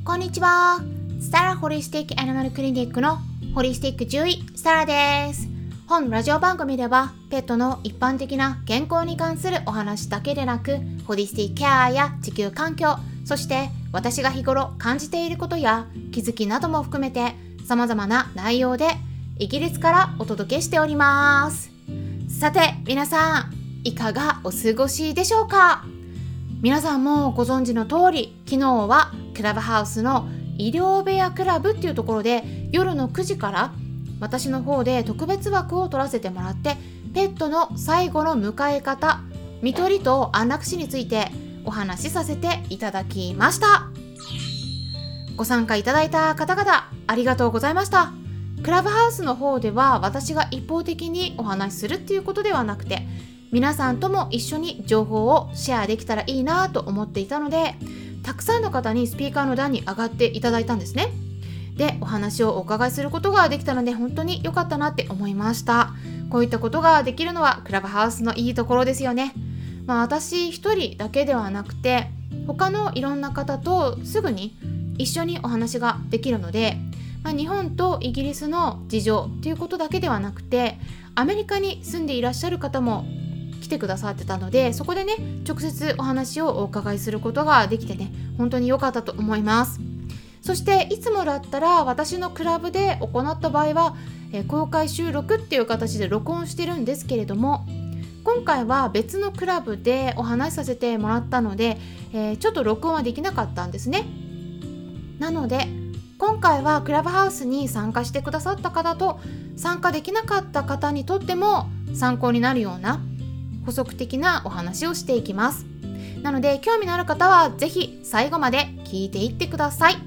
こんにちは。スタラホリスティックアニマルクリニックのホリスティック獣医スタラです。本ラジオ番組ではペットの一般的な健康に関するお話だけでなく、ホリスティックケアや地球環境、そして私が日頃感じていることや気づきなども含めて様々な内容でイギリスからお届けしております。さて皆さん、いかがお過ごしでしょうか。皆さんもご存知の通り、昨日はクラブハウスの医療部屋クラブっていうところで夜の9時から私の方で特別枠を取らせてもらって、ペットの最後の迎え方、看取りと安楽死についてお話しさせていただきました。ご参加いただいた方々ありがとうございました。クラブハウスの方では私が一方的にお話しするっていうことではなくて、皆さんとも一緒に情報をシェアできたらいいなと思っていたので、たくさんの方にスピーカーの段に上がっていただいたんですね。で、お話をお伺いすることができたので本当に良かったなって思いました。こういったことができるのはクラブハウスのいいところですよね。私一人だけではなくて、他のいろんな方とすぐに一緒にお話ができるので、日本とイギリスの事情ということだけではなくて、アメリカに住んでいらっしゃる方も来てくださってたので、そこでね直接お話をお伺いすることができてね、本当に良かったと思います。そしていつもだったら私のクラブで行った場合は、公開収録っていう形で録音してるんですけれども、今回は別のクラブでお話しさせてもらったので、ちょっと録音はできなかったんですね。なので今回はクラブハウスに参加してくださった方と参加できなかった方にとっても参考になるような補足的なお話をしていきます。なので興味のある方はぜひ最後まで聞いていってください。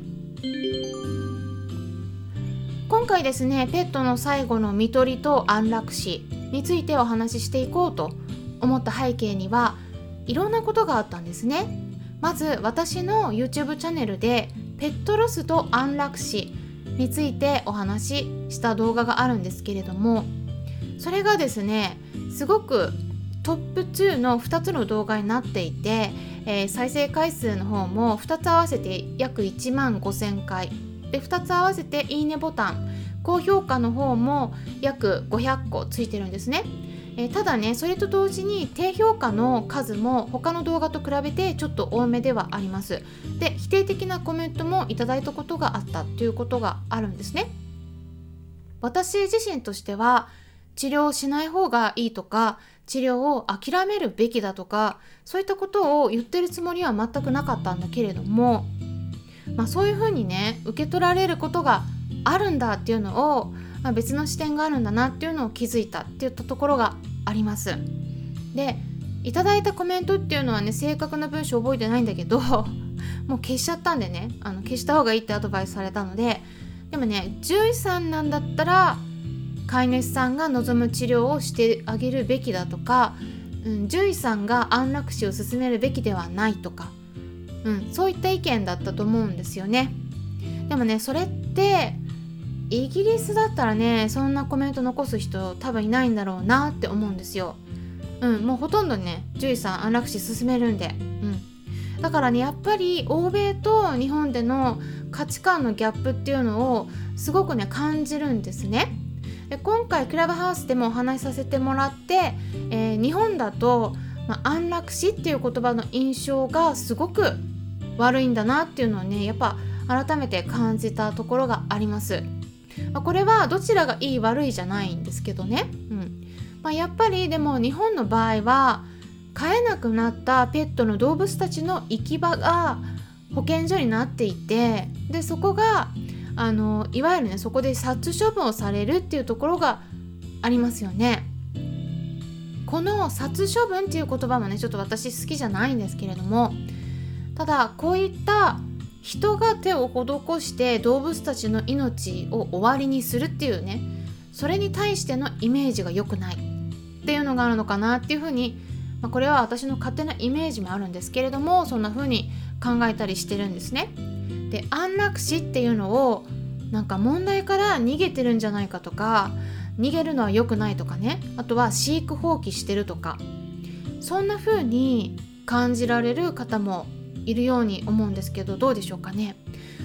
今回ですね、ペットの最後の看取りと安楽死についてお話ししていこうと思った背景にはいろんなことがあったんですね。まず私の YouTube チャンネルでペットロスと安楽死についてお話しした動画があるんですけれども、それがですねすごくトップ2の2つの動画になっていて、再生回数の方も2つ合わせて約1万5000回で、2つ合わせていいねボタン、高評価の方も約500個ついてるんですね。ただね、それと同時に低評価の数も他の動画と比べてちょっと多めではあります。で、否定的なコメントもいただいたことがあったということがあるんですね。私自身としては治療をしない方がいいとか、治療を諦めるべきだとか、そういったことを言ってるつもりは全くなかったんだけれども、そういうふうにね受け取られることがあるんだっていうのを、別の視点があるんだなっていうのを気づいたっていったところがあります。で、いただいたコメントっていうのはね、正確な文章覚えてないんだけどもう消しちゃったんでね、消した方がいいってアドバイスされたので、でもね、獣医さんなんだったら飼い主さんが望む治療をしてあげるべきだとか、獣医さんが安楽死を進めるべきではないとか、そういった意見だったと思うんですよね。でもね、それってイギリスだったらね、そんなコメント残す人多分いないんだろうなって思うんですよ。もうほとんどね、獣医さん安楽死進めるんで、だからね、やっぱり欧米と日本での価値観のギャップっていうのをすごくね感じるんですね。で、今回クラブハウスでもお話しさせてもらって、日本だと、安楽死っていう言葉の印象がすごく悪いんだなっていうのをね、やっぱ改めて感じたところがあります。これはどちらがいい悪いじゃないんですけどね、やっぱりでも日本の場合は飼えなくなったペットの動物たちの行き場が保健所になっていて、でそこがいわゆるね、そこで殺処分をされるっていうところがありますよね。この殺処分っていう言葉もねちょっと私好きじゃないんですけれども、ただこういった人が手を施して動物たちの命を終わりにするっていうね、それに対してのイメージが良くないっていうのがあるのかなっていうふうに、これは私の勝手なイメージもあるんですけれども、そんな風に考えたりしてるんですね。で、安楽死っていうのをなんか問題から逃げてるんじゃないかとか、逃げるのは良くないとかね、あとは飼育放棄してるとか、そんな風に感じられる方もいるように思うんですけど、どうでしょうかね。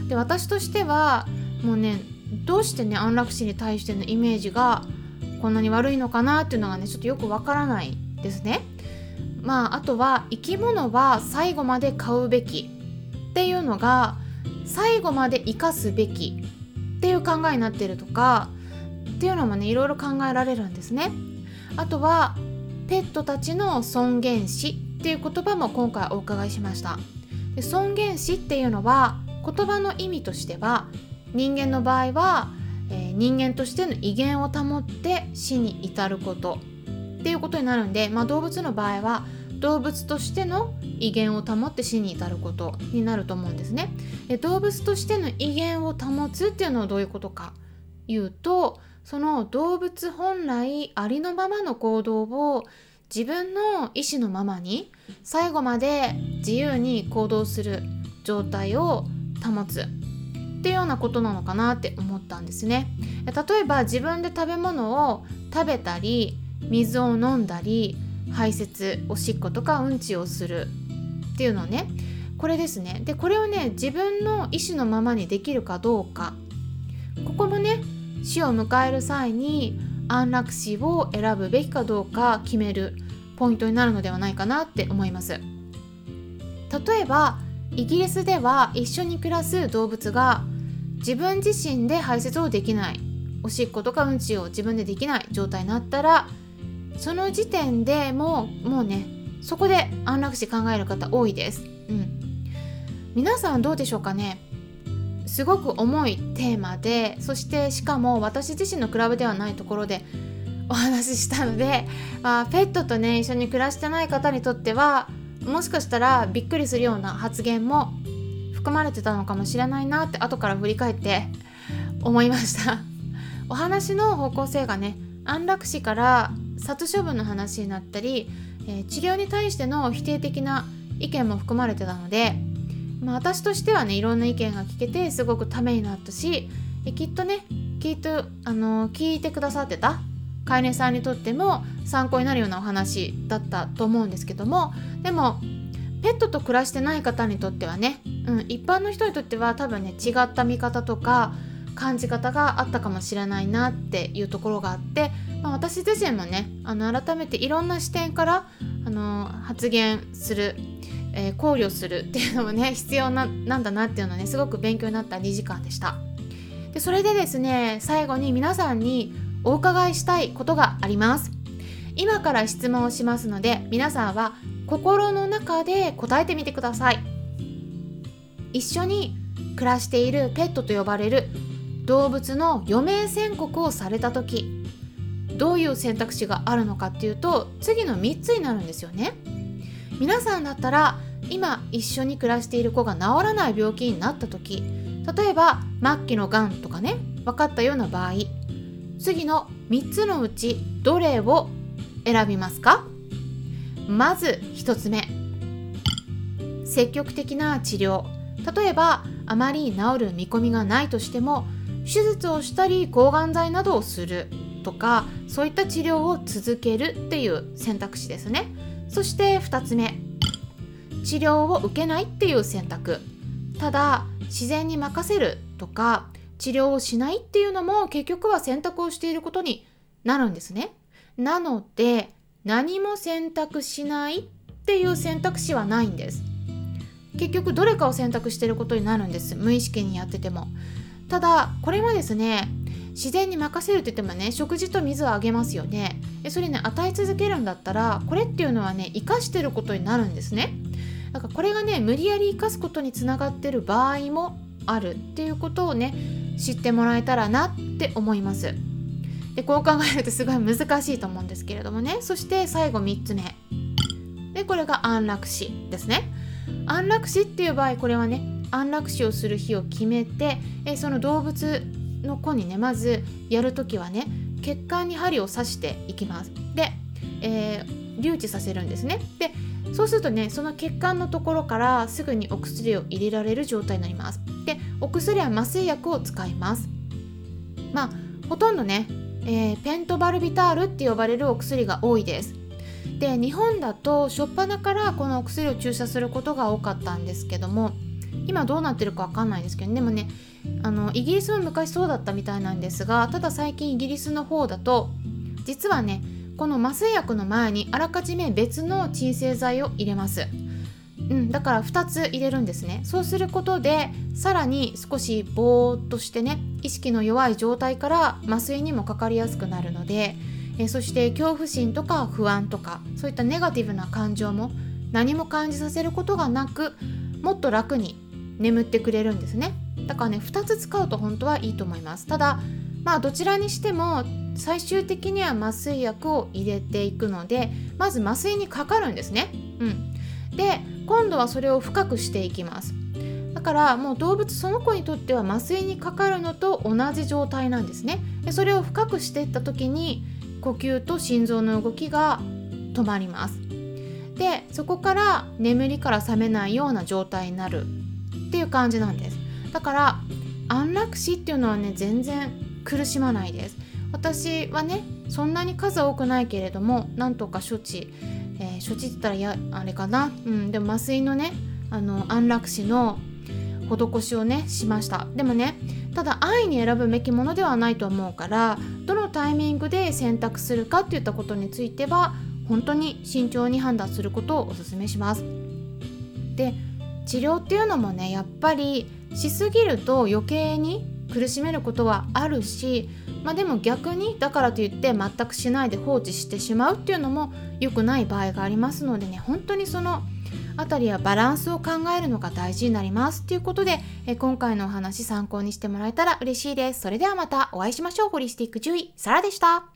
で、私としてはもうね、どうしてね安楽死に対してのイメージがこんなに悪いのかなっていうのがねちょっとよくわからないですね。あとは生き物は最後まで飼うべきっていうのが最後まで生かすべきっていう考えになっているとかっていうのもねいろいろ考えられるんですね。あとはペットたちの尊厳死っていう言葉も今回お伺いしました。で、尊厳死っていうのは言葉の意味としては人間の場合は、人間としての威厳を保って死に至ることっていうことになるんで、動物の場合は動物としての威厳を保って死に至ることになると思うんですね。で、動物としての威厳を保つっていうのはどういうことかいうと、その動物本来ありのままの行動を自分の意思のままに最後まで自由に行動する状態を保つっていうようなことなのかなって思ったんですね。例えば自分で食べ物を食べたり水を飲んだり排泄おしっことかうんちをするっていうのね、これですね。で、これをね自分の意思のままにできるかどうか、ここもね死を迎える際に安楽死を選ぶべきかどうか決めるポイントになるのではないかなって思います。例えばイギリスでは一緒に暮らす動物が自分自身で排泄をできない、おしっことかうんちを自分でできない状態になったら、その時点でもうねそこで安楽死考える方多いです。皆さんどうでしょうかね。すごく重いテーマで、そしてしかも私自身のクラブではないところでお話ししたので、ペットとね一緒に暮らしてない方にとってはもしかしたらびっくりするような発言も含まれてたのかもしれないなって後から振り返って思いましたお話の方向性がね安楽死から殺処分の話になったり、治療に対しての否定的な意見も含まれてたので、私としてはねいろんな意見が聞けてすごくためになったし、きっとね聞いてくださってた飼い主さんにとっても参考になるようなお話だったと思うんですけども、でもペットと暮らしてない方にとってはね、一般の人にとっては多分ね違った見方とか感じ方があったかもしれないなっていうところがあって、私自身もね改めていろんな視点から発言する、考慮するっていうのもね必要なんだなっていうのねすごく勉強になった2時間でした。で、それでですね最後に皆さんにお伺いしたいことがあります。今から質問をしますので皆さんは心の中で答えてみてください。一緒に暮らしているペットと呼ばれる動物の余命宣告をされた時どういう選択肢があるのかっていうと次の3つになるんですよね。皆さんだったら今一緒に暮らしている子が治らない病気になった時、例えば末期のがんとかね分かったような場合、次の3つのうちどれを選びますか？まず1つ目、積極的な治療。例えばあまり治る見込みがないとしても手術をしたり抗がん剤などをするとか、そういった治療を続けるっていう選択肢ですね。そして2つ目、治療を受けないっていう選択。ただ自然に任せるとか治療をしないっていうのも結局は選択をしていることになるんですね。なので何も選択しないっていう選択肢はないんです。結局どれかを選択していることになるんです、無意識にやってても。ただこれはですね自然に任せるって言ってもね食事と水をあげますよね。それね与え続けるんだったらこれっていうのはね生かしてることになるんですね。だからこれがね無理やり生かすことにつながってる場合もあるっていうことをね知ってもらえたらなって思います。で、こう考えるとすごい難しいと思うんですけれどもね。そして最後3つ目で、これが安楽死ですね。安楽死っていう場合これはね安楽死をする日を決めてその動物の子にねまずやるときはね血管に針を刺していきます。で、留置させるんですね。でそうするとねその血管のところからすぐにお薬を入れられる状態になります。でお薬は麻酔薬を使います。ほとんどね、ペントバルビタールって呼ばれるお薬が多いです。で日本だと初っ端からこのお薬を注射することが多かったんですけども、 今どうなってるか分かんないですけど、でもねイギリスも昔そうだったみたいなんですが、ただ最近イギリスの方だと実はねこの麻酔薬の前にあらかじめ別の鎮静剤を入れます。だから2つ入れるんですね。そうすることでさらに少しぼーっとしてね、意識の弱い状態から麻酔にもかかりやすくなるので、そして恐怖心とか不安とかそういったネガティブな感情も何も感じさせることがなく、もっと楽に眠ってくれるんですね。だからね2つ使うと本当はいいと思います。ただどちらにしても最終的には麻酔薬を入れていくので、まず麻酔にかかるんですね。で今度はそれを深くしていきます。だからもう動物その子にとっては麻酔にかかるのと同じ状態なんですね。でそれを深くしていった時に呼吸と心臓の動きが止まります。でそこから眠りから覚めないような状態になるっていう感じなんです。だから安楽死っていうのはね全然苦しまないです。私はねそんなに数多くないけれどもなんとか処置って言ったらあれかな、でも麻酔のね安楽死の施しをねしました。でもねただ安易に選ぶべきものではないと思うから、どのタイミングで選択するかっていったことについては本当に慎重に判断することをお勧めします。で治療っていうのもねやっぱりしすぎると余計に苦しめることはあるし、でも逆にだからといって全くしないで放置してしまうっていうのも良くない場合がありますのでね、本当にそのあたりはバランスを考えるのが大事になりますということで、今回のお話参考にしてもらえたら嬉しいです。それではまたお会いしましょう。ホリスティック獣医サラでした。